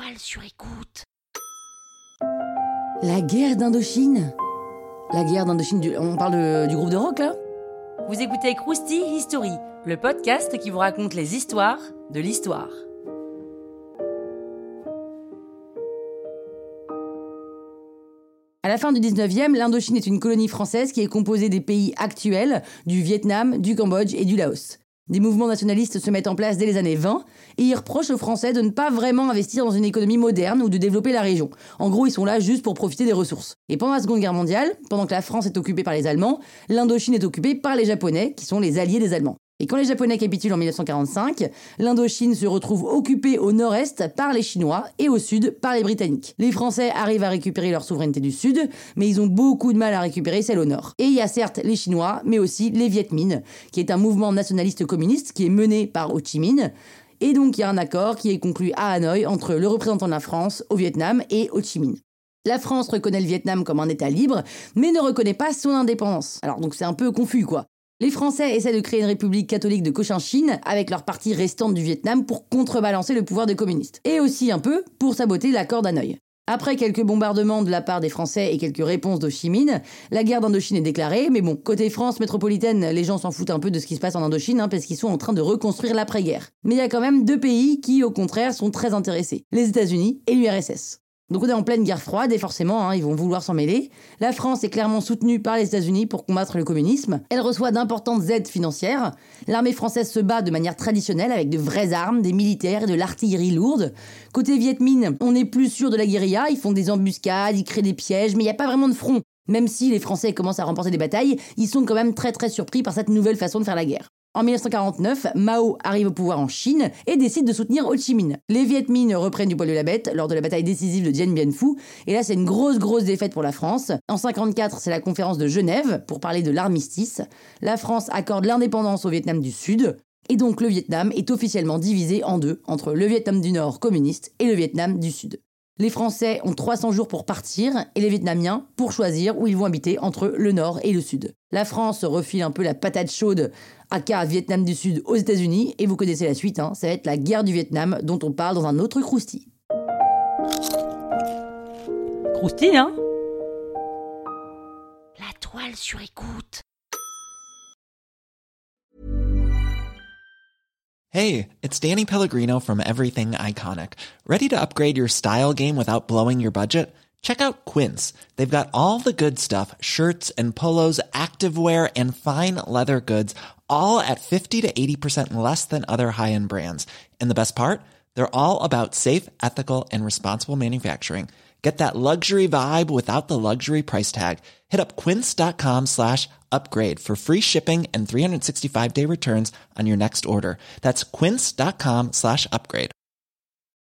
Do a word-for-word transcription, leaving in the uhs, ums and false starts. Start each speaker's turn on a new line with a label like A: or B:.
A: Toile sur écoute.
B: La guerre d'Indochine. La guerre d'Indochine, du... on parle de, du groupe de rock là ?
C: Vous écoutez Krusty History, le podcast qui vous raconte les histoires de l'histoire.
B: À la fin du dix-neuvième, l'Indochine est une colonie française qui est composée des pays actuels, du Vietnam, du Cambodge et du Laos. Des mouvements nationalistes se mettent en place dès les années vingt et ils reprochent aux Français de ne pas vraiment investir dans une économie moderne ou de développer la région. En gros, ils sont là juste pour profiter des ressources. Et pendant la Seconde Guerre mondiale, pendant que la France est occupée par les Allemands, l'Indochine est occupée par les Japonais, qui sont les alliés des Allemands. Et quand les Japonais capitulent en dix-neuf cent quarante-cinq, l'Indochine se retrouve occupée au nord-est par les Chinois et au sud par les Britanniques. Les Français arrivent à récupérer leur souveraineté du sud, mais ils ont beaucoup de mal à récupérer celle au nord. Et il y a certes les Chinois, mais aussi les Viet Minh, qui est un mouvement nationaliste communiste qui est mené par Ho Chi Minh. Et donc il y a un accord qui est conclu à Hanoï entre le représentant de la France au Vietnam et Ho Chi Minh. La France reconnaît le Vietnam comme un État libre, mais ne reconnaît pas son indépendance. Alors donc c'est un peu confus quoi. Les Français essaient de créer une république catholique de Cochinchine avec leur partie restante du Vietnam pour contrebalancer le pouvoir des communistes. Et aussi un peu pour saboter l'accord d'Hanoï. Après quelques bombardements de la part des Français et quelques réponses d'Ho Chi Minh, la guerre d'Indochine est déclarée, mais bon, côté France métropolitaine, les gens s'en foutent un peu de ce qui se passe en Indochine, hein, parce qu'ils sont en train de reconstruire l'après-guerre. Mais il y a quand même deux pays qui, au contraire, sont très intéressés, les États-Unis et l'U R S S. Donc on est en pleine guerre froide et forcément, hein, ils vont vouloir s'en mêler. La France est clairement soutenue par les États-Unis pour combattre le communisme. Elle reçoit d'importantes aides financières. L'armée française se bat de manière traditionnelle avec de vraies armes, des militaires et de l'artillerie lourde. Côté Viet Minh, on est plus sûr de la guérilla, ils font des embuscades, ils créent des pièges, mais il n'y a pas vraiment de front. Même si les Français commencent à remporter des batailles, ils sont quand même très très surpris par cette nouvelle façon de faire la guerre. En dix-neuf cent quarante-neuf, Mao arrive au pouvoir en Chine et décide de soutenir Ho Chi Minh. Les Viet Minh reprennent du poil de la bête lors de la bataille décisive de Dien Bien Phu, et là c'est une grosse grosse défaite pour la France. En cinquante-quatre, c'est la conférence de Genève pour parler de l'armistice. La France accorde l'indépendance au Vietnam du Sud, et donc le Vietnam est officiellement divisé en deux, entre le Vietnam du Nord communiste et le Vietnam du Sud. Les Français ont trois cents jours pour partir et les Vietnamiens pour choisir où ils vont habiter entre le Nord et le Sud. La France refile un peu la patate chaude aka Vietnam du Sud aux États-Unis et vous connaissez la suite, hein, ça va être la guerre du Vietnam dont on parle dans un autre Krusty.
C: Krusty, hein ?
A: La toile sur écoute.
D: Hey, it's Danny Pellegrino from Everything Iconic. Ready to upgrade your style game without blowing your budget? Check out Quince. They've got all the good stuff, shirts and polos, activewear, and fine leather goods, all at fifty to eighty percent less than other high-end brands. And the best part? They're all about safe, ethical, and responsible manufacturing. Get that luxury vibe without the luxury price tag. Hit up quince.com slash upgrade for free shipping and three sixty-five day returns on your next order. That's quince.com slash upgrade.